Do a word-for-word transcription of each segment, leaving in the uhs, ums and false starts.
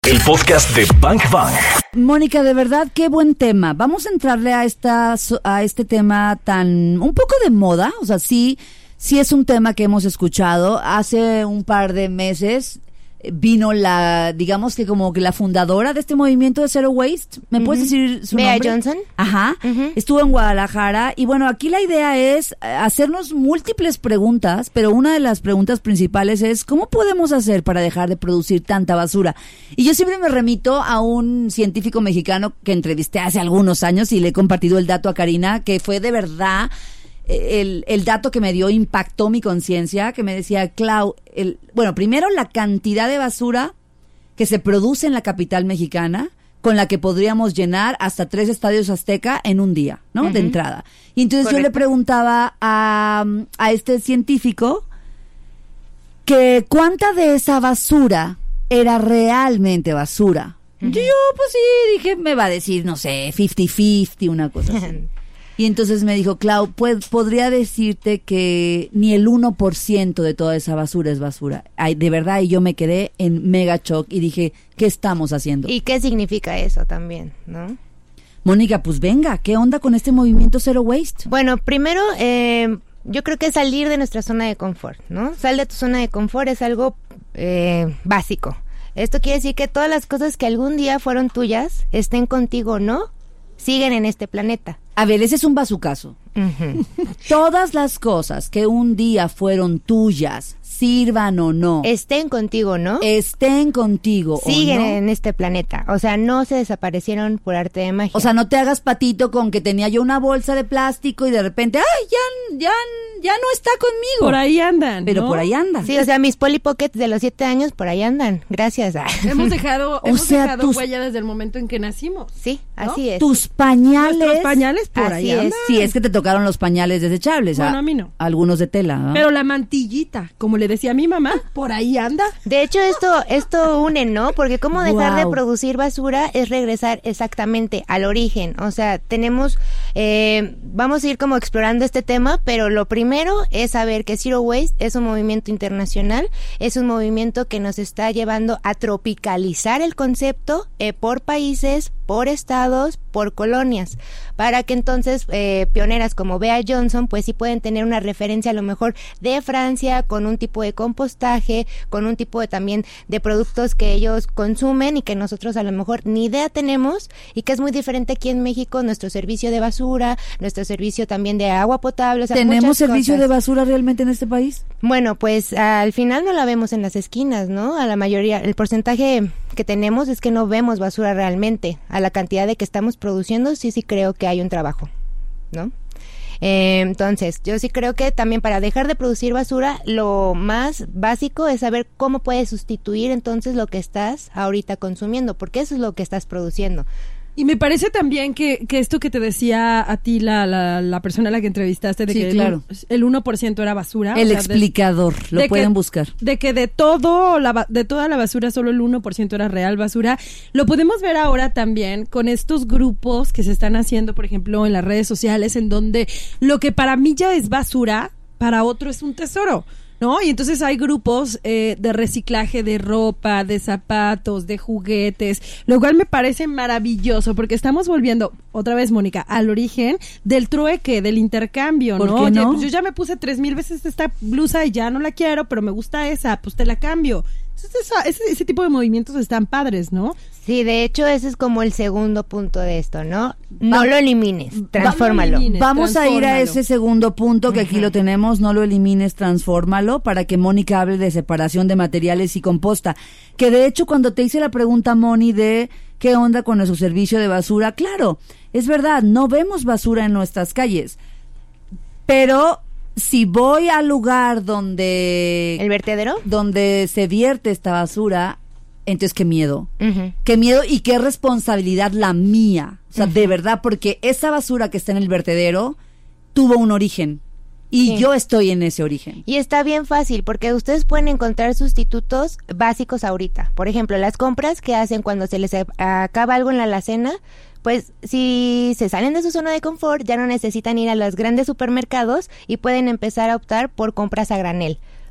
El podcast de Bang Bang. Mónica, de verdad, qué buen tema. Vamos a entrarle a esta a este tema tan un poco de moda. O sea, sí, sí es un tema que hemos escuchado. Hace un par de meses vino la, digamos que como que la fundadora de este movimiento de Zero Waste. ¿Me uh-huh. puedes decir su Bea nombre? Johnson. Ajá. Uh-huh. Estuvo en Guadalajara. Y bueno, aquí la idea es hacernos múltiples preguntas, pero una de las preguntas principales es ¿cómo podemos hacer para dejar de producir tanta basura? Y yo siempre me remito a un científico mexicano que entrevisté hace algunos años y le he compartido el dato a Karina, que fue de verdad... El, el dato que me dio impactó mi conciencia, que me decía, Clau, el, bueno, primero la cantidad de basura que se produce en la capital mexicana, con la que podríamos llenar hasta tres estadios Azteca en un día, ¿no? Uh-huh. De entrada. Y entonces Correcto. Yo le preguntaba a, a este científico que cuánta de esa basura era realmente basura. Uh-huh. Yo, pues sí, dije, me va a decir, no sé, cincuenta cincuenta, una cosa así. Y entonces me dijo, Clau, pues, podría decirte que ni el uno por ciento de toda esa basura es basura. Ay, de verdad, y yo me quedé en mega shock y dije, ¿qué estamos haciendo? ¿Y qué significa eso también, no? Mónica, pues venga, ¿qué onda con este movimiento Zero Waste? Bueno, primero, eh, yo creo que salir de nuestra zona de confort, ¿no? Sal de tu zona de confort es algo eh, básico. Esto quiere decir que todas las cosas que algún día fueron tuyas, estén contigo o no, siguen en este planeta. A ver, ese es un bazucazo. Uh-huh. Todas las cosas que un día fueron tuyas, sirvan o no, estén contigo, ¿no? Estén contigo siguen o no, en este planeta. O sea, no se desaparecieron por arte de magia. O sea, no te hagas patito con que tenía yo una bolsa de plástico y de repente, ¡ay, ya, ya, ya no está conmigo! Por ahí andan, Pero ¿no? por ahí andan. Sí, o sea, mis Polly Pockets de los siete años por ahí andan. Gracias. Hemos dejado, o hemos sea, dejado tus... huella desde el momento en que nacimos. Sí, ¿no? así es. Tus pañales. Nuestros pañales por así ahí es. andan. Sí, es que te tocaron los pañales desechables. Bueno, a, a mí no. Algunos de tela, ¿no? Pero la mantillita, como le decía a mi mamá, por ahí anda. De hecho, esto esto une, ¿no? Porque cómo dejar wow. de producir basura es regresar exactamente al origen. O sea, tenemos, eh, vamos a ir como explorando este tema, pero lo primero es saber que Zero Waste es un movimiento internacional, es un movimiento que nos está llevando a tropicalizar el concepto eh, por países, por estados, por colonias, para que entonces eh, pioneras como Bea Johnson, pues sí pueden tener una referencia a lo mejor de Francia, con un tipo de compostaje, con un tipo de también de productos que ellos consumen y que nosotros a lo mejor ni idea tenemos, y que es muy diferente aquí en México, nuestro servicio de basura, nuestro servicio también de agua potable. O sea, ¿tenemos servicio cosas. de basura realmente en este país? Bueno, pues al final no la vemos en las esquinas, ¿no? A la mayoría, el porcentaje que tenemos es que no vemos basura realmente. A la cantidad de que estamos produciendo, sí, sí creo que hay un trabajo, ¿no? Eh, entonces, yo sí creo que también para dejar de producir basura, lo más básico es saber cómo puedes sustituir entonces lo que estás ahorita consumiendo, porque eso es lo que estás produciendo. Y me parece también que, que esto que te decía a ti la, la, la persona a la que entrevistaste, de sí, que claro. el, el uno por ciento era basura. El o sea, explicador, de, lo de pueden que, buscar. De que de todo la, de toda la basura solo el uno por ciento era real basura. Lo podemos ver ahora también con estos grupos que se están haciendo, por ejemplo, en las redes sociales, en donde lo que para mí ya es basura, para otro es un tesoro, ¿no? Y entonces hay grupos eh, de reciclaje de ropa, de zapatos, de juguetes, lo cual me parece maravilloso, porque estamos volviendo, otra vez, Mónica, al origen del trueque, del intercambio, ¿por ¿no? qué Oye, no? pues yo ya me puse tres mil veces esta blusa y ya no la quiero, pero me gusta esa, pues te la cambio. Entonces, esa, ese, ese tipo de movimientos están padres, ¿no? Sí, de hecho, ese es como el segundo punto de esto, ¿no? No Va, lo elimines, transfórmalo. No lo elimines, Vamos transfórmalo. a ir a ese segundo punto que uh-huh. aquí lo tenemos, no lo elimines, transfórmalo, para que Mónica hable de separación de materiales y composta. Que de hecho, cuando te hice la pregunta, Moni, de qué onda con nuestro servicio de basura, claro, es verdad, no vemos basura en nuestras calles, pero si voy al lugar donde... ¿El vertedero? Donde se vierte esta basura, entonces qué miedo. Uh-huh. Qué miedo y qué responsabilidad la mía. O sea, uh-huh. de verdad, porque esa basura que está en el vertedero tuvo un origen. Y sí. yo estoy en ese origen. Y está bien fácil, porque ustedes pueden encontrar sustitutos básicos ahorita. Por ejemplo, las compras que hacen cuando se les acaba algo en la alacena, pues si se salen de su zona de confort, ya no necesitan ir a los grandes supermercados y pueden empezar a optar por compras a granel.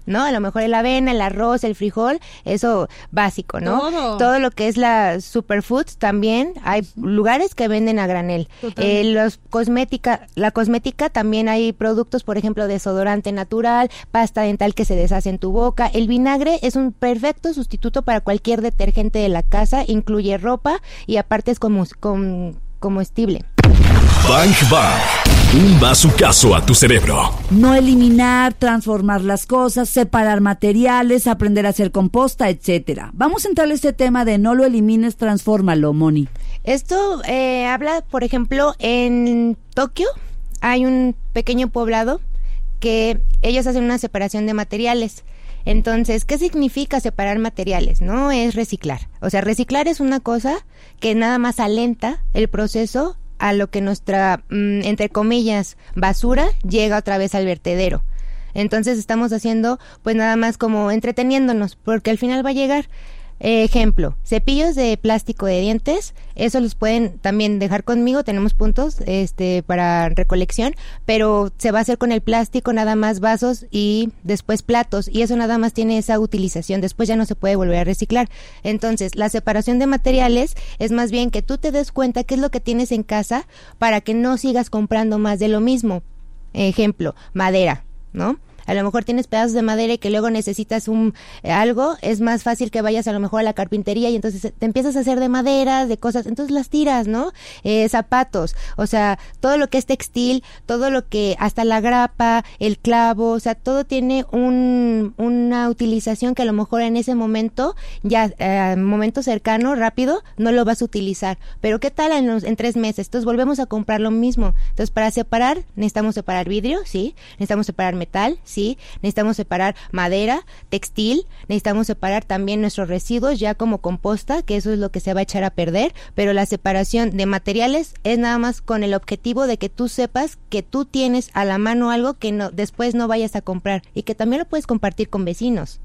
¿no? A lo mejor el avena, el arroz, el frijol, eso básico, ¿no? Todo. Todo lo que es la superfoods también, hay lugares que venden a granel. Eh, los cosmética, la cosmética también hay productos, por ejemplo, desodorante natural, pasta dental que se deshace en tu boca. El vinagre es un perfecto sustituto para cualquier detergente de la casa, incluye ropa y aparte es como, como comestible. Bang Bang. Un bazucazo a tu cerebro. No eliminar, transformar las cosas, separar materiales, aprender a hacer composta, etcétera. Vamos a entrar a este tema de no lo elimines, transfórmalo, Moni. Esto eh, habla, por ejemplo, en Tokio hay un pequeño poblado que ellos hacen una separación de materiales. Entonces, ¿qué significa separar materiales? No es reciclar. O sea, reciclar es una cosa que nada más alenta el proceso a lo que nuestra, mmm, entre comillas, basura llega otra vez al vertedero. Entonces estamos haciendo pues nada más como entreteniéndonos, porque al final va a llegar. Eh, ejemplo, cepillos de plástico de dientes, eso los pueden también dejar conmigo, tenemos puntos este para recolección, pero se va a hacer con el plástico nada más vasos y después platos, y eso nada más tiene esa utilización, después ya no se puede volver a reciclar. Entonces, la separación de materiales es más bien que tú te des cuenta qué es lo que tienes en casa para que no sigas comprando más de lo mismo. Ejemplo, madera, ¿no? A lo mejor tienes pedazos de madera y que luego necesitas un eh, algo, es más fácil que vayas a lo mejor a la carpintería y entonces te empiezas a hacer de madera, de cosas, entonces las tiras, ¿no? Eh, zapatos, o sea, todo lo que es textil, todo lo que, hasta la grapa, el clavo, o sea, todo tiene un una utilización que a lo mejor en ese momento, ya, eh, momento cercano, rápido, no lo vas a utilizar. Pero ¿qué tal en, los, en tres meses? Entonces volvemos a comprar lo mismo. Entonces para separar, necesitamos separar vidrio, sí, necesitamos separar metal, sí. Sí, necesitamos separar madera, textil, necesitamos separar también nuestros residuos ya como composta, que eso es lo que se va a echar a perder, pero la separación de materiales es nada más con el objetivo de que tú sepas que tú tienes a la mano algo que no después no vayas a comprar y que también lo puedes compartir con vecinos.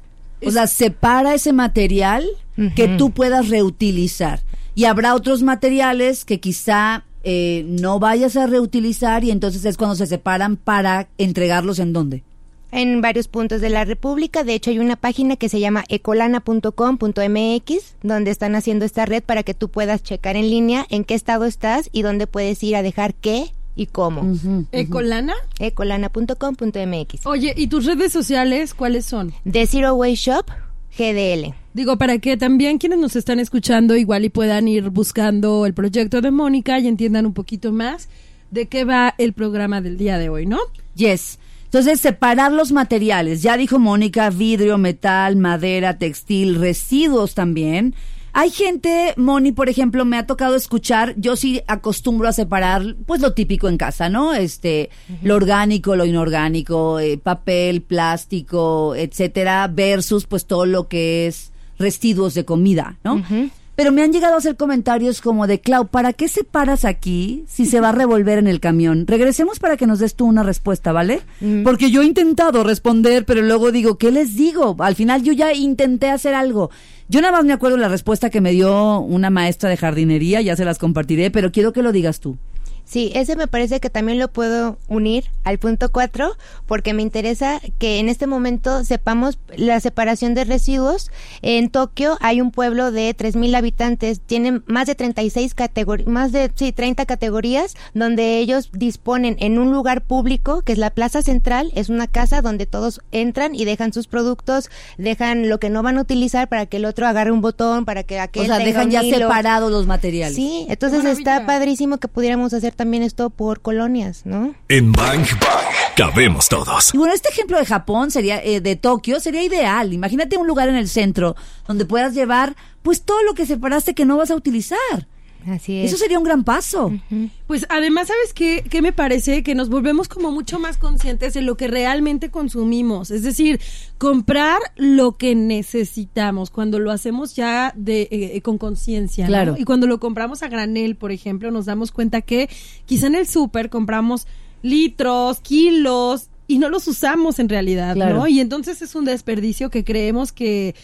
O sea, separa ese material uh-huh. que tú puedas reutilizar, y habrá otros materiales que quizá Eh, no vayas a reutilizar, y entonces es cuando se separan para entregarlos ¿en dónde? En varios puntos de la República. De hecho, hay una página que se llama ecolana punto com punto m x donde están haciendo esta red para que tú puedas checar en línea en qué estado estás y dónde puedes ir a dejar qué y cómo. Uh-huh, uh-huh. ¿Ecolana? ecolana punto com punto m x. Oye, ¿y tus redes sociales cuáles son? The Zero Waste Shop G D L. Digo, para que también quienes nos están escuchando igual y puedan ir buscando el proyecto de Mónica y entiendan un poquito más de qué va el programa del día de hoy, ¿no? Yes. Entonces, separar los materiales. Ya dijo Mónica, vidrio, metal, madera, textil, residuos también. Hay gente, Moni, por ejemplo, me ha tocado escuchar, yo sí acostumbro a separar, pues lo típico en casa, ¿no? Este, uh-huh. Lo orgánico, lo inorgánico, eh, papel, plástico, etcétera, versus pues todo lo que es residuos de comida, ¿no? Uh-huh. Pero me han llegado a hacer comentarios como de, Clau, ¿para qué separas aquí si se va a revolver en el camión? Regresemos para que nos des tú una respuesta, ¿vale? Uh-huh. Porque yo he intentado responder, pero luego digo, ¿qué les digo? Al final yo ya intenté hacer algo. Yo nada más me acuerdo la respuesta que me dio una maestra de jardinería, ya se las compartiré, pero quiero que lo digas tú. Sí, ese me parece que también lo puedo unir al punto cuatro, porque me interesa que en este momento sepamos la separación de residuos. En Tokio hay un pueblo de tres mil habitantes, tienen más de treinta y seis categorías, más de, sí, treinta categorías, donde ellos disponen en un lugar público, que es la plaza central, es una casa donde todos entran y dejan sus productos, dejan lo que no van a utilizar para que el otro agarre un botón, para que aquel O sea, tenga dejan un ya hilo. separados los materiales. Sí, entonces está padrísimo que pudiéramos hacer también esto por colonias, ¿no? En Bang Bang cabemos todos. Y bueno, este ejemplo de Japón sería, eh, de Tokio, sería ideal. Imagínate un lugar en el centro donde puedas llevar, pues, todo lo que separaste que no vas a utilizar. Así es. Eso sería un gran paso. Uh-huh. Pues además, ¿sabes qué? ¿Qué me parece? Que nos volvemos como mucho más conscientes de lo que realmente consumimos. Es decir, comprar lo que necesitamos cuando lo hacemos ya de eh, con conciencia, ¿no? Claro. Y cuando lo compramos a granel, por ejemplo, nos damos cuenta que quizá en el súper compramos litros, kilos y no los usamos en realidad, Claro. ¿no? Y entonces es un desperdicio que creemos que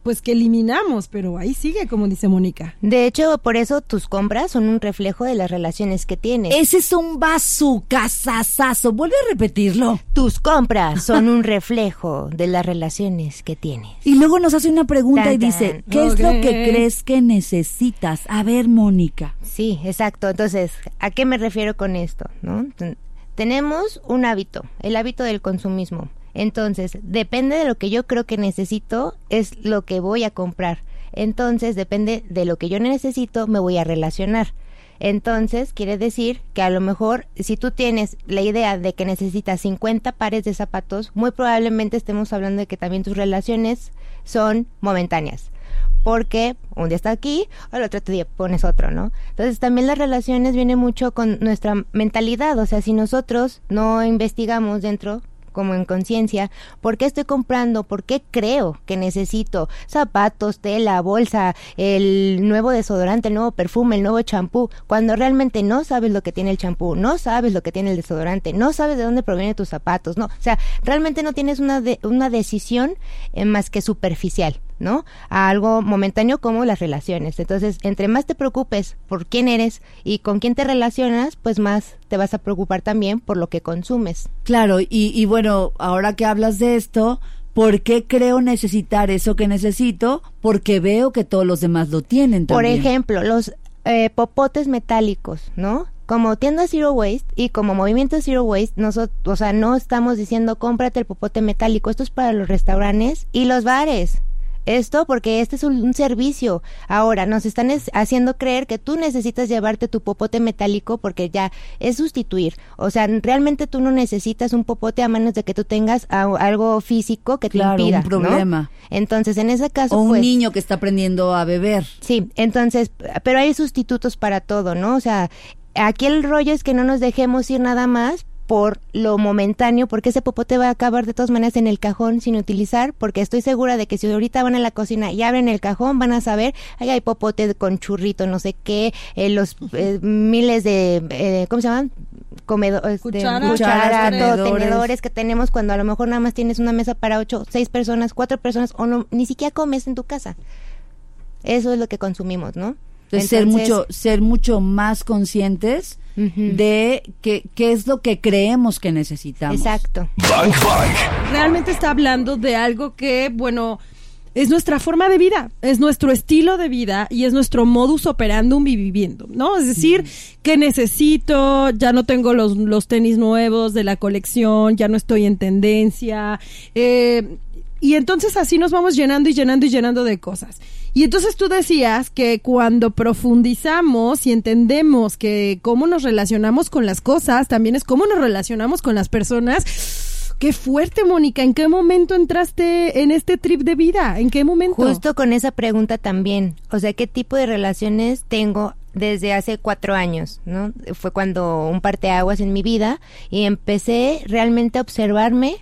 pues que eliminamos, pero ahí sigue, como dice Mónica. De hecho, por eso tus compras son un reflejo de las relaciones que tienes. Ese es un bazucazazazo. Vuelve a repetirlo. Tus compras son un reflejo de las relaciones que tienes. Y luego nos hace una pregunta Tan, y dice, tan. ¿qué Ok. es lo que crees que necesitas? A ver, Mónica. Sí, exacto. Entonces, ¿a qué me refiero con esto? ¿No? Ten- Tenemos un hábito, el hábito del consumismo. Entonces, depende de lo que yo creo que necesito, es lo que voy a comprar. Entonces, depende de lo que yo necesito, me voy a relacionar. Entonces, quiere decir que a lo mejor, si tú tienes la idea de que necesitas cincuenta pares de zapatos, muy probablemente estemos hablando de que también tus relaciones son momentáneas. Porque un día está aquí, al otro día pones otro, ¿no? Entonces también las relaciones vienen mucho con nuestra mentalidad, o sea, si nosotros no investigamos dentro, como en conciencia, ¿por qué estoy comprando? ¿Por qué creo que necesito zapatos, tela, bolsa, el nuevo desodorante, el nuevo perfume, el nuevo champú? Cuando realmente no sabes lo que tiene el champú, no sabes lo que tiene el desodorante, no sabes de dónde provienen tus zapatos, no, o sea, realmente no tienes una de, una decisión eh, más que superficial, ¿no? A algo momentáneo como las relaciones. Entonces, entre más te preocupes por quién eres y con quién te relacionas, pues más te vas a preocupar también por lo que consumes. Claro, y, y bueno, ahora que hablas de esto, ¿por qué creo necesitar eso que necesito? Porque veo que todos los demás lo tienen Por también. ejemplo, los eh, popotes metálicos, ¿no? Como tienda Zero Waste y como movimiento Zero Waste, nosotros, o sea, no estamos diciendo cómprate el popote metálico, esto es para los restaurantes y los bares. Esto porque este es un, un servicio. Ahora, nos están es, haciendo creer que tú necesitas llevarte tu popote metálico porque ya es sustituir. O sea, realmente tú no necesitas un popote a menos de que tú tengas a, algo físico que te Claro, impida, un problema. ¿no? Entonces, en ese caso, O un pues, niño que está aprendiendo a beber. sí, entonces, pero hay sustitutos para todo, ¿no? O sea, aquí el rollo es que no nos dejemos ir nada más por lo momentáneo, porque ese popote va a acabar de todas maneras en el cajón sin utilizar, porque estoy segura de que si ahorita van a la cocina y abren el cajón, van a saber, ahí hay popote con churrito, no sé qué, eh, los eh, miles de, eh, ¿cómo se llaman? Comedo, este, Cucharas, cuchara, tenedores. todo, tenedores que tenemos cuando a lo mejor nada más tienes una mesa para ocho, seis personas, cuatro personas, o no, ni siquiera comes en tu casa. Eso es lo que consumimos, ¿no? Entonces, ser Entonces, mucho, ser mucho más conscientes Ujú. de qué qué es lo que creemos que necesitamos. Exacto. Bang Bang. Realmente está hablando de algo que, bueno, es nuestra forma de vida, es nuestro estilo de vida y es nuestro modus operandum y viviendo, ¿no? Es decir, que necesito, ya no tengo los, los tenis nuevos de la colección, ya no estoy en tendencia, eh, y entonces así nos vamos llenando y llenando y llenando de cosas. Y entonces tú decías que cuando profundizamos y entendemos que cómo nos relacionamos con las cosas, también es cómo nos relacionamos con las personas. ¡Qué fuerte, Mónica! ¿En qué momento entraste en este trip de vida? ¿En qué momento? Justo con esa pregunta también. O sea, ¿qué tipo de relaciones tengo desde hace cuatro años, ¿no? Fue cuando un parteaguas en mi vida y empecé realmente a observarme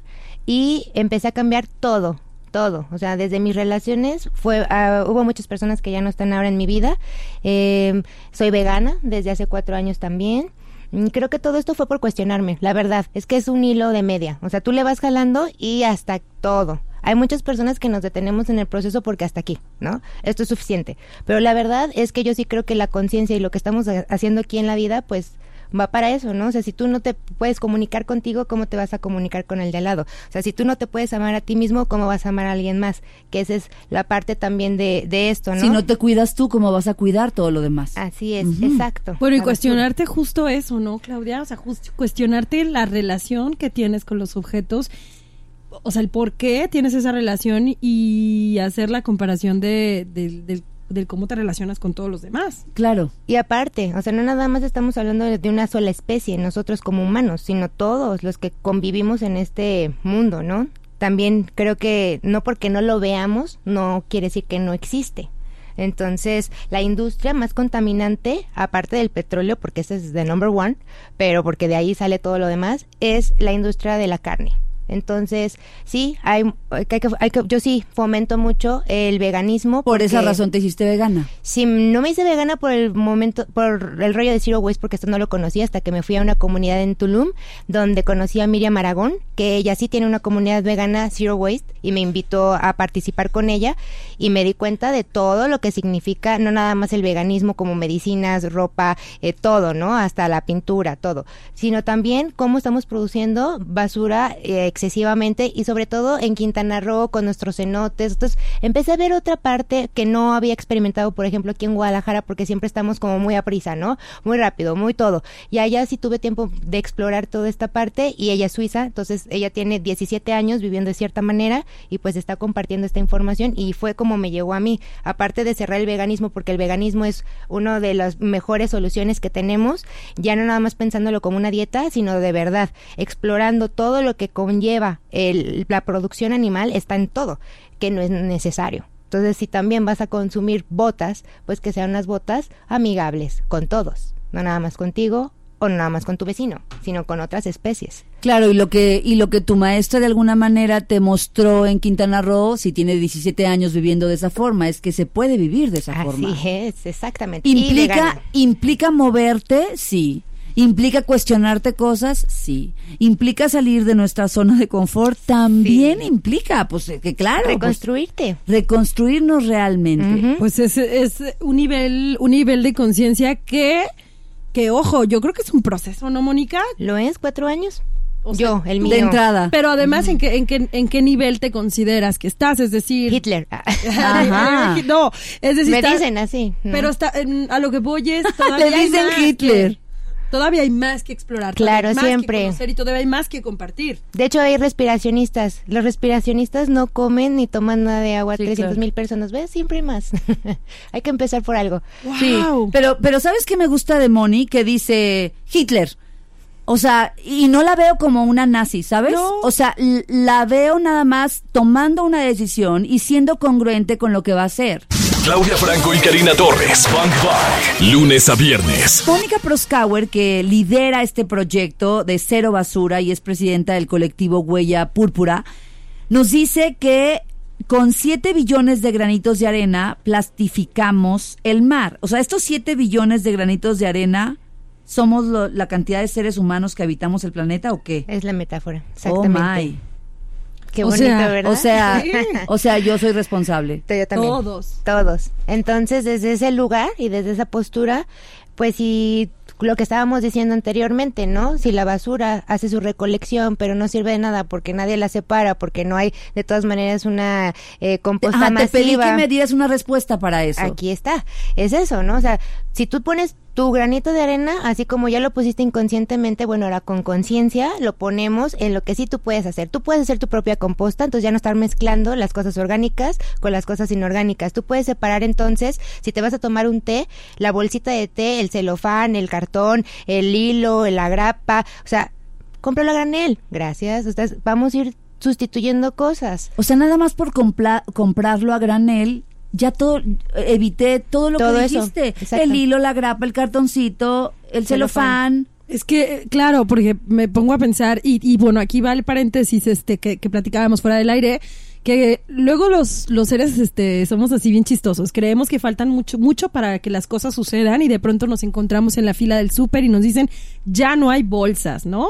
y empecé a cambiar todo. Todo, o sea, desde mis relaciones fue uh, hubo muchas personas que ya no están ahora en mi vida. Eh, soy vegana desde hace cuatro años también. Creo que todo esto fue por cuestionarme, la verdad, es que es un hilo de media, o sea, tú le vas jalando y hasta todo. Hay muchas personas que nos detenemos en el proceso porque hasta aquí, ¿no? Esto es suficiente. Pero la verdad es que yo sí creo que la conciencia y lo que estamos haciendo aquí en la vida, pues va para eso, ¿no? O sea, si tú no te puedes comunicar contigo, ¿cómo te vas a comunicar con el de al lado? O sea, si tú no te puedes amar a ti mismo, ¿cómo vas a amar a alguien más? Que esa es la parte también de, de esto, ¿no? Si no te cuidas tú, ¿cómo vas a cuidar todo lo demás? Así es, Ujú. exacto. Bueno, y La cuestionarte justo eso, ¿no, Claudia? O sea, justo cuestionarte la relación que tienes con los objetos, o sea, el por qué tienes esa relación y hacer la comparación de, de, del del cómo te relacionas con todos los demás. Claro. Y aparte, o sea, no nada más estamos hablando de, de una sola especie, nosotros como humanos, sino todos los que convivimos en este mundo, ¿no? También creo que no porque no lo veamos, no quiere decir que no existe. Entonces, la industria más contaminante, aparte del petróleo, porque ese es the number one, pero porque de ahí sale todo lo demás, es la industria de la carne. Entonces, sí, hay, hay que, hay que, yo sí fomento mucho el veganismo. Por esa razón te hiciste vegana. Sí, no me hice vegana por el momento, por el rollo de Zero Waste, porque esto no lo conocí hasta que me fui a una comunidad en Tulum, donde conocí a Miriam Aragón, que ella sí tiene una comunidad vegana Zero Waste, y me invitó a participar con ella, y me di cuenta de todo lo que significa, no nada más el veganismo como medicinas, ropa, eh, todo, ¿no? Hasta la pintura, todo, sino también cómo estamos produciendo basura eh, excesivamente, y sobre todo en Quintana Roo con nuestros cenotes. Entonces empecé a ver otra parte que no había experimentado, por ejemplo, aquí en Guadalajara, porque siempre estamos como muy a prisa, ¿no? Muy rápido, muy todo. Y allá sí tuve tiempo de explorar toda esta parte, y ella es suiza, entonces ella tiene diecisiete años viviendo de cierta manera, y pues está compartiendo esta información, y fue como me llegó a mí, aparte de cerrar el veganismo, porque el veganismo es una de las mejores soluciones que tenemos, ya no nada más pensándolo como una dieta, sino de verdad, explorando todo lo que conlleva el, la producción animal, está en todo, que no es necesario. Entonces, si también vas a consumir botas, pues que sean unas botas amigables con todos, no nada más contigo o no nada más con tu vecino, sino con otras especies. Claro, y lo que y lo que tu maestra de alguna manera te mostró en Quintana Roo, si tiene diecisiete años viviendo de esa forma, es que se puede vivir de esa Así forma. Así es, exactamente. Implica implica moverte, sí. ¿Implica cuestionarte cosas? Sí. ¿Implica salir de nuestra zona de confort? También sí. Implica, pues que claro. Reconstruirte. Pues, reconstruirnos realmente. Uh-huh. Pues es, es un nivel, un nivel de conciencia que, que ojo, yo creo que es un proceso, ¿no, Mónica? ¿Lo es? ¿Cuatro años? O sea, yo, el mío. De entrada. Pero además, ¿en qué, en qué, en qué nivel te consideras que estás? Es decir... Hitler. Ajá. No, es decir... Me está, dicen así. Pero está, en, a lo que voy es... Todavía Le dicen Hitler. Que, todavía hay más que explorar. Claro, hay más siempre. Que conocer y todavía hay más que compartir. De hecho, hay respiracionistas. Los respiracionistas no comen ni toman nada de agua. Sí, trescientas mil claro. personas. ¿Ves? Siempre hay más. Hay que empezar por algo. Wow. Sí, pero, pero ¿sabes qué me gusta de Moni? Que dice Hitler. O sea, y no la veo como una nazi, ¿sabes? No. O sea, l- la veo nada más tomando una decisión y siendo congruente con lo que va a hacer. Claudia Franco y Karina Torres, Bang Bang, lunes a viernes. Mónica Proskauer, que lidera este proyecto de Cero Basura y es presidenta del colectivo Huella Púrpura, nos dice que con siete billones de granitos de arena plastificamos el mar. O sea, estos siete billones de granitos de arena, ¿somos lo, la cantidad de seres humanos que habitamos el planeta o qué? Es la metáfora, exactamente. Oh my. Qué o bonito, sea, ¿verdad? O sea, Sí. o sea, yo soy responsable. Yo también. Todos. Todos. Entonces, desde ese lugar y desde esa postura, pues si lo que estábamos diciendo anteriormente, ¿no? Si la basura hace su recolección, pero no sirve de nada porque nadie la separa, porque no hay de todas maneras una eh, composta Ajá, masiva. te pedí que me dieras una respuesta para eso. Aquí está. Es eso, ¿no? O sea, si tú pones tu granito de arena, así como ya lo pusiste inconscientemente, bueno, ahora con conciencia lo ponemos en lo que sí tú puedes hacer. Tú puedes hacer tu propia composta, entonces ya no estar mezclando las cosas orgánicas con las cosas inorgánicas. Tú puedes separar entonces, si te vas a tomar un té, la bolsita de té, el celofán, el cartón, el hilo, la grapa, o sea, cómpralo a granel. Gracias. O sea, vamos a ir sustituyendo cosas. O sea, nada más por compla- comprarlo a granel, ya todo, evité todo lo Todo que eso, dijiste. exacto. El hilo, la grapa, el cartoncito, el celofán. Es que, claro, porque me pongo a pensar, y, y bueno, aquí va el paréntesis este que, que platicábamos fuera del aire, que luego los, los seres este somos así bien chistosos, creemos que faltan mucho, mucho para que las cosas sucedan y de pronto nos encontramos en la fila del súper y nos dicen, ya no hay bolsas, ¿no?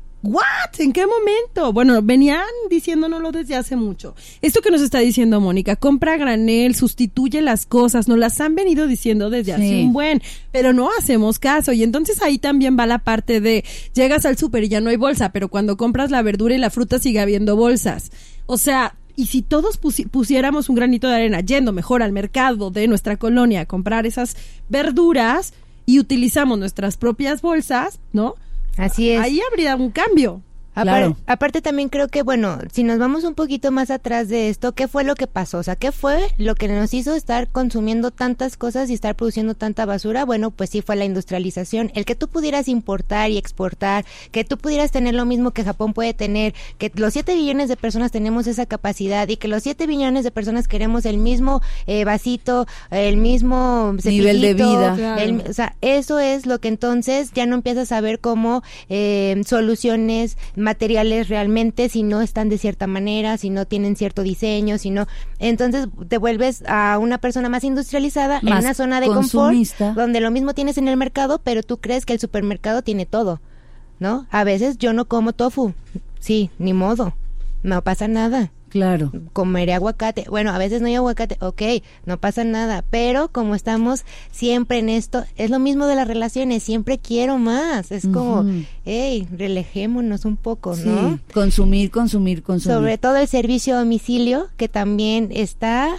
¿What? ¿En qué momento? Bueno, venían diciéndonoslo desde hace mucho. Esto que nos está diciendo Mónica, compra a granel, sustituye las cosas, nos las han venido diciendo desde Sí. hace un buen, pero no hacemos caso. Y entonces ahí también va la parte de, llegas al súper y ya no hay bolsa, pero cuando compras la verdura y la fruta sigue habiendo bolsas. O sea, y si todos pusi- pusiéramos un granito de arena yendo mejor al mercado de nuestra colonia a comprar esas verduras y utilizamos nuestras propias bolsas, ¿no? Así es. Ahí habría un cambio. Apar- Claro. Aparte también creo que, bueno, si nos vamos un poquito más atrás de esto, ¿qué fue lo que pasó? O sea, ¿qué fue lo que nos hizo estar consumiendo tantas cosas y estar produciendo tanta basura? Bueno, pues sí fue la industrialización. El que tú pudieras importar y exportar, que tú pudieras tener lo mismo que Japón puede tener, que los siete billones de personas tenemos esa capacidad y que los siete billones de personas queremos el mismo eh, vasito, el mismo Nivel de cepillito, vida. Claro. el- o sea, eso es lo que entonces ya no empiezas a ver como eh, soluciones materiales realmente si no están de cierta manera, si no tienen cierto diseño, si no, entonces te vuelves a una persona más industrializada, más en una zona de consumista. Confort, donde lo mismo tienes en el mercado, pero tú crees que el supermercado tiene todo, ¿no? A veces yo no como tofu, sí, ni modo, no pasa nada. Claro. Comeré aguacate. Bueno, a veces no hay aguacate. Ok, no pasa nada. Pero como estamos siempre en esto, es lo mismo de las relaciones. Siempre quiero más. Es uh-huh. como, hey, relajémonos un poco, sí. ¿no? Consumir, consumir, consumir. Sobre todo el servicio a domicilio, que también está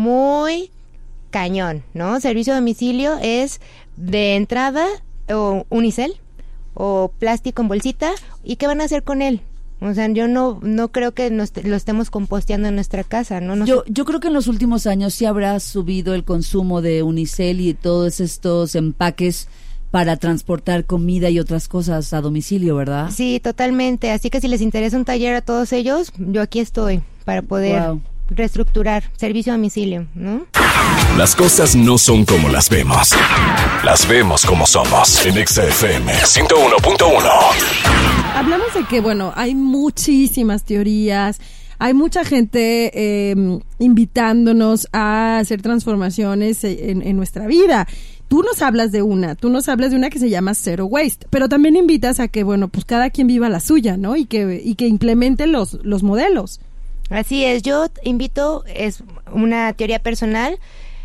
muy cañón, ¿no? Servicio a domicilio es de entrada o unicel o plástico en bolsita. ¿Y qué van a hacer con él? O sea, yo no no creo que nos, lo estemos composteando en nuestra casa, ¿no? no yo yo creo que en los últimos años sí habrá subido el consumo de unicel y todos estos empaques para transportar comida y otras cosas a domicilio, ¿verdad? Sí, totalmente. Así que si les interesa un taller a todos ellos, yo aquí estoy para poder wow. reestructurar servicio a domicilio, ¿no? Las cosas no son como las vemos. Las vemos como somos. En Exa F M ciento uno punto uno. Hablamos de que, bueno, hay muchísimas teorías, hay mucha gente eh, invitándonos a hacer transformaciones en, en nuestra vida. Tú nos hablas de una, tú nos hablas de una que se llama Zero Waste, pero también invitas a que, bueno, pues cada quien viva la suya, ¿no? Y que y que implemente los, los modelos. Así es, yo invito, es una teoría personal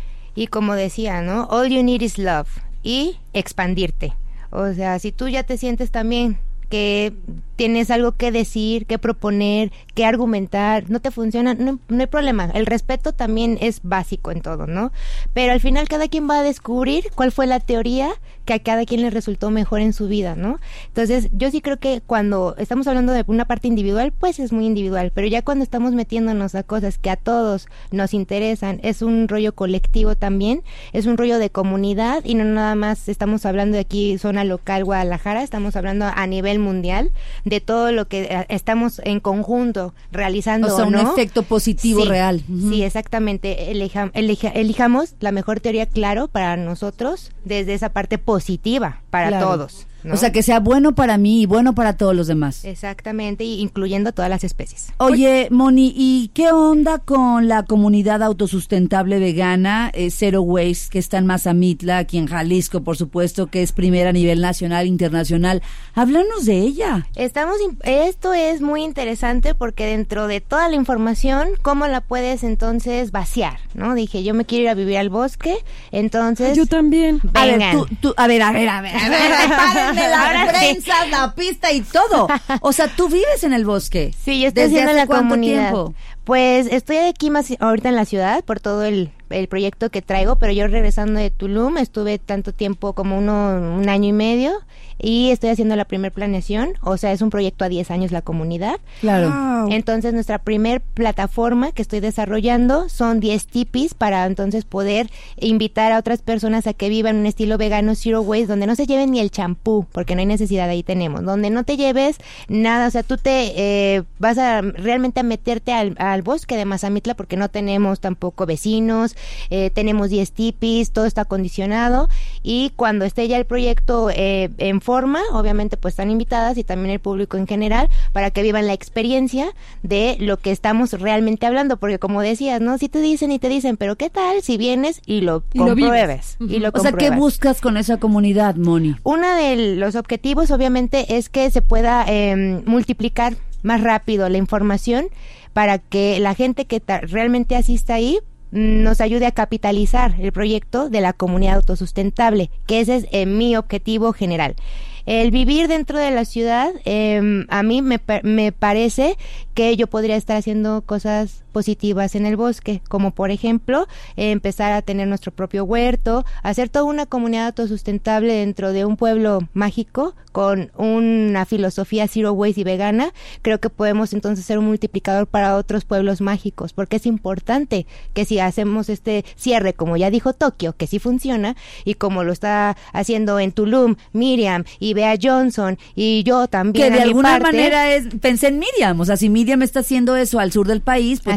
y como decía, ¿no? All you need is love y expandirte. O sea, si tú ya te sientes también que tienes algo que decir, que proponer, que argumentar, no te funciona, no, no hay problema. El respeto también es básico en todo, ¿no? Pero al final cada quien va a descubrir cuál fue la teoría que a cada quien le resultó mejor en su vida, ¿no? Entonces, yo sí creo que cuando estamos hablando de una parte individual, pues es muy individual, pero ya cuando estamos metiéndonos a cosas que a todos nos interesan, es un rollo colectivo también, es un rollo de comunidad y no nada más estamos hablando de aquí zona local Guadalajara, estamos hablando a nivel mundial de todo lo que estamos en conjunto realizando, o sea, un ¿no? efecto positivo sí, real. Uh-huh. Sí, exactamente. Elija, elija, elijamos la mejor teoría, claro, para nosotros, desde esa parte positiva para claro. todos, ¿no? O sea, que sea bueno para mí y bueno para todos los demás. Exactamente, incluyendo a todas las especies. Oye, Moni, ¿y qué onda con la comunidad autosustentable vegana, eh, Zero Waste, que está en Mazamitla, aquí en Jalisco, por supuesto, que es primera a nivel nacional, internacional? Háblanos de ella. Estamos, esto es muy interesante porque dentro de toda la información, ¿cómo la puedes entonces vaciar? ¿No? Dije, yo me quiero ir a vivir al bosque, entonces... Yo también. Vengan. A ver, tú, tú, a ver, a ver, a ver, a ver, de la prensa, sí. la pista y todo. O sea, tú vives en el bosque. Sí, yo estoy haciendo la comunidad. Tiempo? Pues estoy aquí más ahorita en la ciudad por todo el, el proyecto que traigo, pero yo regresando de Tulum estuve tanto tiempo como uno, un año y medio y estoy haciendo la primer planeación, o sea, es un proyecto a diez años la comunidad. Claro. Wow. Entonces nuestra primer plataforma que estoy desarrollando son diez tipis para entonces poder invitar a otras personas a que vivan un estilo vegano Zero Waste, donde no se lleven ni el champú, porque no hay necesidad, ahí tenemos, donde no te lleves nada, o sea, tú te eh, vas a realmente a meterte al, al bosque de Mazamitla porque no tenemos tampoco vecinos, eh, tenemos diez tipis, todo está acondicionado y cuando esté ya el proyecto eh, en forma, obviamente pues están invitadas y también el público en general para que vivan la experiencia de lo que estamos realmente hablando, porque como decías, ¿no? Si te dicen y te dicen, pero ¿qué tal si vienes y lo y compruebes? Lo y lo o sea, ¿qué buscas con esa comunidad, Moni? Uno de los objetivos obviamente es que se pueda eh, multiplicar más rápido la información para que la gente que ta- realmente asista ahí nos ayude a capitalizar el proyecto de la comunidad autosustentable, que ese es eh, mi objetivo general. El vivir dentro de la ciudad, eh, a mí me, me parece que yo podría estar haciendo cosas positivas en el bosque, como por ejemplo, eh, empezar a tener nuestro propio huerto, hacer toda una comunidad autosustentable dentro de un pueblo mágico con una filosofía zero waste y vegana. Creo que podemos entonces ser un multiplicador para otros pueblos mágicos, porque es importante que si hacemos este cierre, como ya dijo Tokio, que sí funciona, y como lo está haciendo en Tulum, Miriam y Bea Johnson, y yo también. Que de a mi alguna parte, manera es, pensé en Miriam, o sea, si Miriam está haciendo eso al sur del país, pues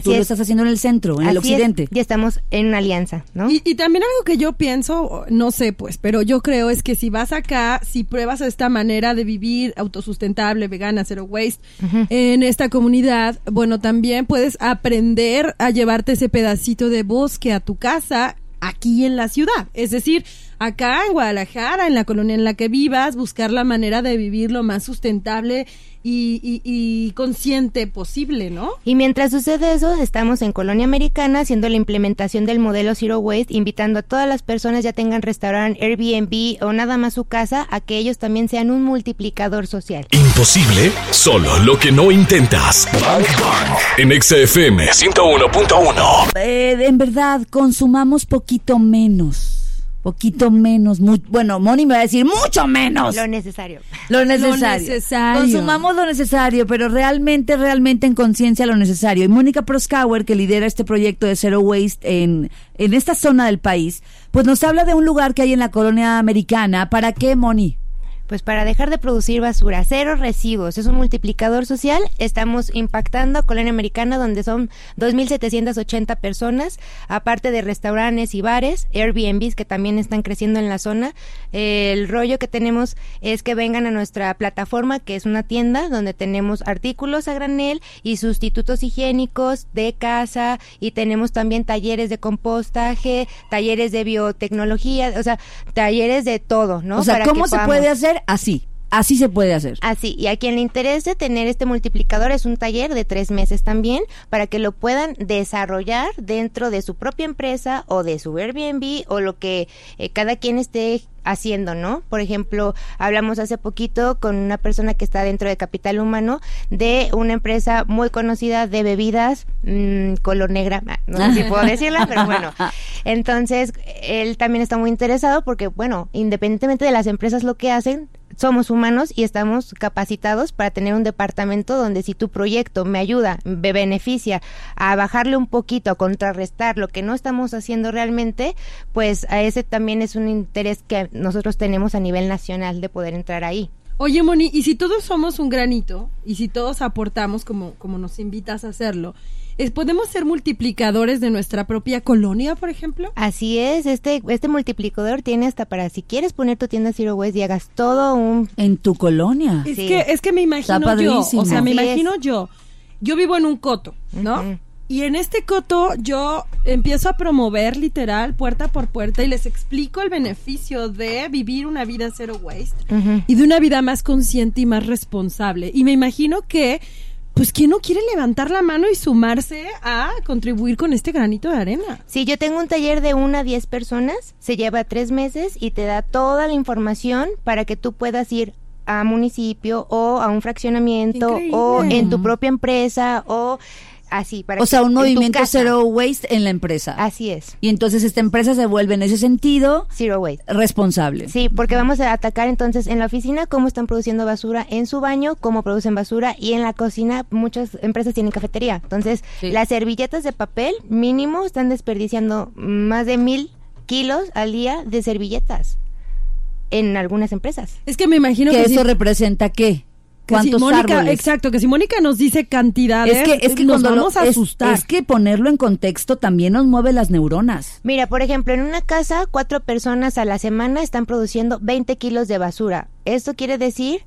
tú es. lo estás haciendo en el centro, en Así el occidente. Es, y estamos en una alianza, ¿no? Y, y también algo que yo pienso, no sé pues, pero yo creo es que si vas acá, si pruebas esta manera de vivir autosustentable, vegana, zero waste, uh-huh. en esta comunidad, bueno, también puedes aprender a llevarte ese pedacito de bosque a tu casa aquí en la ciudad. Es decir, acá en Guadalajara, en la colonia en la que vivas, buscar la manera de vivir lo más sustentable y, y, y consciente posible, ¿no? Y mientras sucede eso, estamos en Colonia Americana haciendo la implementación del modelo Zero Waste, invitando a todas las personas, ya tengan restaurante, Airbnb o nada más su casa, a que ellos también sean un multiplicador social. Imposible, solo lo que no intentas. Bang Bang. En X F M ciento uno punto uno. Eh, en verdad, consumamos poquito menos. Poquito menos, muy, bueno, Moni me va a decir mucho menos. Lo necesario. Lo necesario. Lo necesario. Consumamos lo necesario, pero realmente, realmente en conciencia lo necesario. Y Mónica Proskauer, que lidera este proyecto de Zero Waste en, en esta zona del país, pues nos habla de un lugar que hay en la colonia americana. ¿Para qué, Moni? Pues para dejar de producir basura, cero residuos, es un multiplicador social. Estamos impactando a Colonia Americana, donde son dos mil setecientas ochenta personas, aparte de restaurantes y bares, Airbnbs que también están creciendo en la zona. Eh, el rollo que tenemos es que vengan a nuestra plataforma, que es una tienda donde tenemos artículos a granel y sustitutos higiénicos de casa, y tenemos también talleres de compostaje, talleres de biotecnología, o sea, talleres de todo, ¿no? O sea, Para ¿cómo que se podamos... puede hacer? Así, así se puede hacer. Así, y a quien le interese tener este multiplicador, es un taller de tres meses también, para que lo puedan desarrollar dentro de su propia empresa o de su Airbnb o lo que eh, cada quien esté haciendo, ¿no? Por ejemplo, hablamos hace poquito con una persona que está dentro de Capital Humano, de una empresa muy conocida de bebidas, mmm, color negra, no sé si puedo decirla, pero bueno. Entonces, él también está muy interesado porque, bueno, independientemente de las empresas lo que hacen, somos humanos y estamos capacitados para tener un departamento donde si tu proyecto me ayuda, me beneficia a bajarle un poquito, a contrarrestar lo que no estamos haciendo realmente, pues a ese también es un interés que nosotros tenemos a nivel nacional de poder entrar ahí. Oye, Moni, ¿y si todos somos un granito y si todos aportamos como, como nos invitas a hacerlo, ¿es, podemos ser multiplicadores de nuestra propia colonia, por ejemplo? Así es, este este multiplicador tiene hasta para si quieres poner tu tienda Zero Waste y hagas todo un... En tu colonia. Es Sí. que es que me imagino yo, o sea, me Así imagino es. yo, yo vivo en un coto, ¿no? Uh-huh. Y en este coto yo empiezo a promover literal puerta por puerta y les explico el beneficio de vivir una vida zero waste Uh-huh. y de una vida más consciente y más responsable. Y me imagino que, pues, ¿quién no quiere levantar la mano y sumarse a contribuir con este granito de arena? Sí, yo tengo un taller de una a diez personas, se lleva tres meses y te da toda la información para que tú puedas ir a municipio o a un fraccionamiento Increíble. o en tu propia empresa o así. Para O sea, que- un en tu movimiento casa. Zero Waste en la empresa. Así es, Y entonces esta empresa se vuelve en ese sentido Zero Waste. responsable. Sí, porque vamos a atacar entonces en la oficina cómo están produciendo basura, en su baño cómo producen basura y en la cocina muchas empresas tienen cafetería. Entonces, Sí. las servilletas de papel mínimo están desperdiciando más de mil kilos al día de servilletas en algunas empresas. Es que me imagino ¿Que que, eso si, representa qué? que si ¿Cuántos Mónica, árboles? exacto, que si Mónica nos dice cantidades, Es que, es que nos cuando lo- vamos a es- asustar. es que ponerlo en contexto también nos mueve las neuronas. Mira, por ejemplo, en una casa, cuatro personas a la semana están produciendo veinte kilos de basura. Esto quiere decir,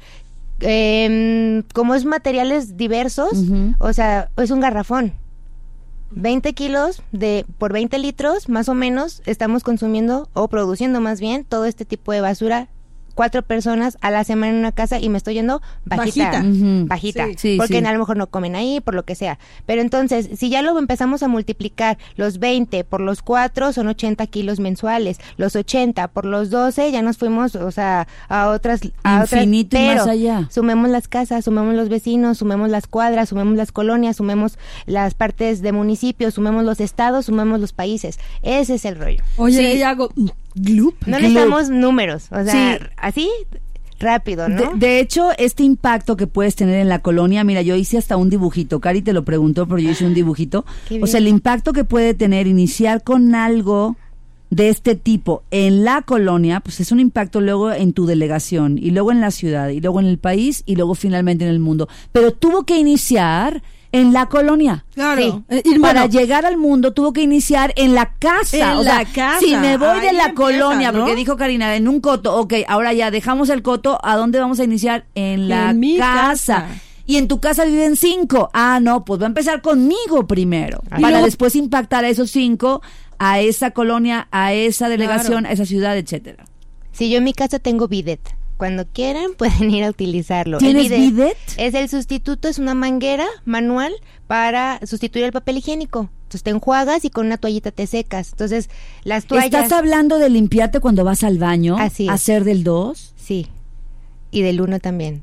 eh, como es materiales diversos, Ujú. o sea, es un garrafón. veinte kilos de por veinte litros, más o menos, estamos consumiendo o produciendo más bien todo este tipo de basura. Cuatro personas a la semana en una casa y me estoy yendo bajita, Bajita. Ujú. bajita, Sí. Sí, porque sí. a lo mejor no comen ahí, por lo que sea. Pero entonces, si ya lo empezamos a multiplicar, los veinte por los cuatro son ochenta kilos mensuales, los ochenta por los doce ya nos fuimos, o sea, a otras, a otras, Infinito y pero más allá. sumemos las casas, sumemos los vecinos, sumemos las cuadras, sumemos las colonias, sumemos las partes de municipios, sumemos los estados, sumemos los países. Ese es el rollo. Oye, Sí. y hago gloop. No Gloop. necesitamos números, o sea, Sí. así rápido, ¿no? De, de hecho, este impacto que puedes tener en la colonia, mira, yo hice hasta un dibujito, Cari te lo preguntó, pero yo hice un dibujito. Qué O sea, el bien. impacto que puede tener iniciar con algo de este tipo en la colonia, pues es un impacto luego en tu delegación, y luego en la ciudad, y luego en el país, y luego finalmente en el mundo. Pero tuvo que iniciar en la colonia. Claro. Sí. Eh, y Para bueno, llegar al mundo tuvo que iniciar en la casa. En o la sea, casa. si me voy de Ahí la empieza, colonia, ¿no? porque dijo Karina, en un coto, ok, ahora ya dejamos el coto, ¿a dónde vamos a iniciar? En la En mi casa. casa. Y en tu casa viven cinco. Ah, no, pues va a empezar conmigo primero. Y Para luego- después impactar a esos cinco, a esa colonia, a esa delegación, a esa ciudad, etcétera. Sí, yo en mi casa tengo bidet. Cuando quieran pueden ir a utilizarlo. El ¿Tienes bidet? Es el sustituto, es una manguera manual para sustituir el papel higiénico. Entonces te enjuagas y con una toallita te secas. Entonces las toallas... ¿Estás hablando de limpiarte cuando vas al baño? Así es. ¿Hacer del dos? Sí, y del uno también.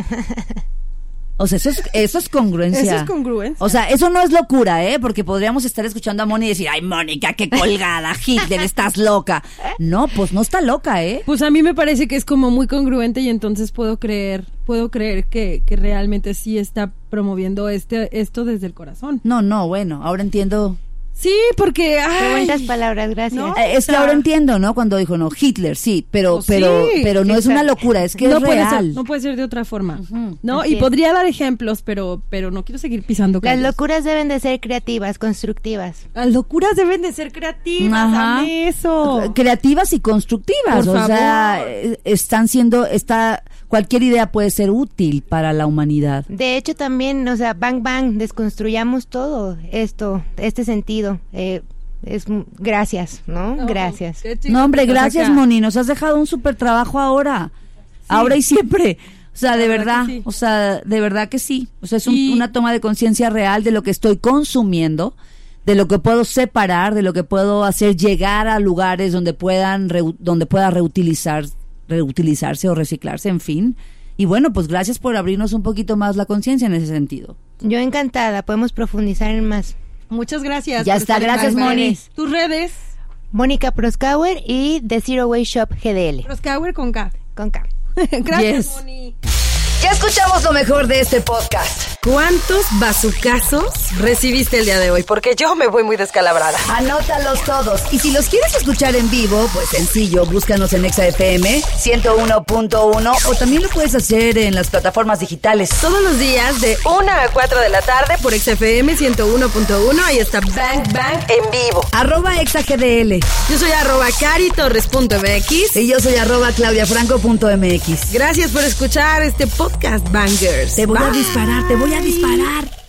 O sea, eso es, eso es congruencia. Eso es congruencia. O sea, eso no es locura, ¿eh? Porque podríamos estar escuchando a Moni y decir, ay, Mónica, qué colgada, Hitler, estás loca. No, pues no está loca, ¿eh? Pues a mí me parece que es como muy congruente y entonces puedo creer, puedo creer que, que realmente sí está promoviendo este esto desde el corazón. No, no, bueno, ahora entiendo. Sí, porque Qué ay, bonitas palabras, gracias. ¿no? Eh, es que o sea, ahora entiendo, ¿no? Cuando dijo, no, Hitler, sí, pero, Pues pero, sí, pero no es una exacto. locura, es que no es puede real. ser, no puede ser de otra forma, Ujú, ¿no? así Y es. podría dar ejemplos, pero, pero no quiero seguir pisando Las callos. locuras deben de ser creativas, constructivas. Las locuras deben de ser creativas, Ajá. ame eso. Creativas y constructivas, Por o sea, favor. eh, están siendo, está, cualquier idea puede ser útil para la humanidad. De hecho también, o sea, bang bang, desconstruyamos todo esto, este sentido. Eh, es m- gracias, ¿no? No, Gracias. qué chingón No, hombre, que estás gracias, acá. Moni, nos has dejado un súper trabajo ahora, ahora y siempre. O sea, de La verdad, verdad que sí. o sea, de verdad que sí. O sea, es un- Y- una toma de conciencia real de lo que estoy consumiendo, de lo que puedo separar, de lo que puedo hacer llegar a lugares donde puedan reu- donde pueda reutilizar, reutilizarse o reciclarse, en fin. Y bueno, pues gracias por abrirnos un poquito más la conciencia en ese sentido. Yo encantada, podemos profundizar en más. Muchas gracias. Ya por está, estar en gracias, Bang Bang. Moni. Tus redes, Mónica Proskauer y The Zero Waste Shop G D L. Proskauer con K. Con K. Gracias, Yes. Moni. Ya escuchamos lo mejor de este podcast. ¿Cuántos bazucazos recibiste el día de hoy? Porque yo me voy muy descalabrada. Anótalos todos. Y si los quieres escuchar en vivo, pues sencillo, búscanos en Exa F M ciento uno punto uno o también lo puedes hacer en las plataformas digitales. Todos los días de una a cuatro de la tarde por X F M ciento uno punto uno. Ahí está Bang Bang en vivo. Arroba Exa G D L. Yo soy arroba caritorres punto m x. Y yo soy arroba claudiafranco punto m x. Gracias por escuchar este podcast, Bangers. Te voy a Bye. disparar, te voy a disparar.